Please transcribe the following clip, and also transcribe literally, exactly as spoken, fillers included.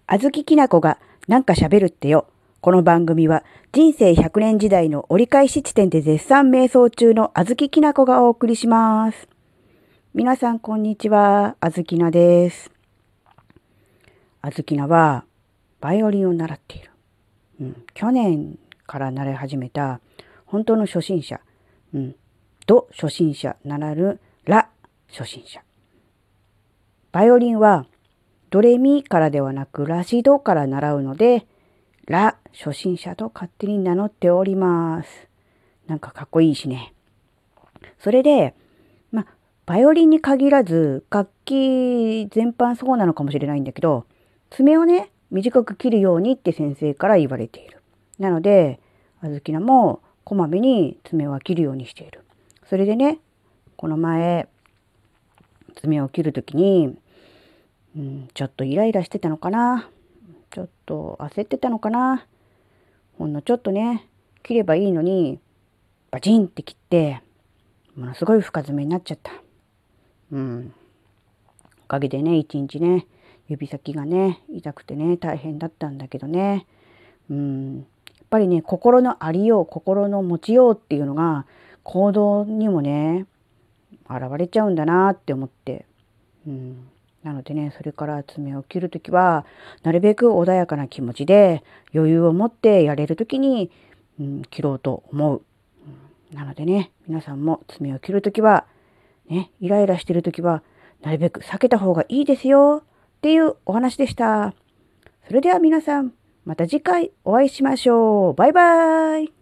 あずききなこがなんか喋るってよ。この番組は人生ひゃくねん時代の折り返し地点で絶賛瞑想中のあずききなこがお送りします。皆さんこんにちは。あずきなです。あずきなはバイオリンを習っている。うん、去年から習い始めた本当の初心者。うん、ド初心者ならぬラ初心者。バイオリンはドレミからではなくラシドから習うので、ラ初心者と勝手に名乗っております。なんかかっこいいしね。それで、まあ、バイオリンに限らず楽器全般そうなのかもしれないんだけど、爪をね、短く切るようにって先生から言われている。なので、あずきなもこまめに爪は切るようにしている。それでね、この前、爪を切るときに、うん、ちょっとイライラしてたのかな。ちょっと焦ってたのかな。ほんのちょっとね、切ればいいのに、バチンって切って、ものすごい深爪になっちゃった。うん。おかげでね、一日ね、指先がね、痛くてね、大変だったんだけどね。うん。やっぱりね、心のありよう、心の持ちようっていうのが、行動にもね、現れちゃうんだなって思って。うん。なのでね、それから爪を切るときは、なるべく穏やかな気持ちで余裕を持ってやれるときに、うん、切ろうと思う、うん。なのでね、皆さんも爪を切るときは、ね、イライラしてるときは、なるべく避けた方がいいですよっていうお話でした。それでは皆さん、また次回お会いしましょう。バイバーイ。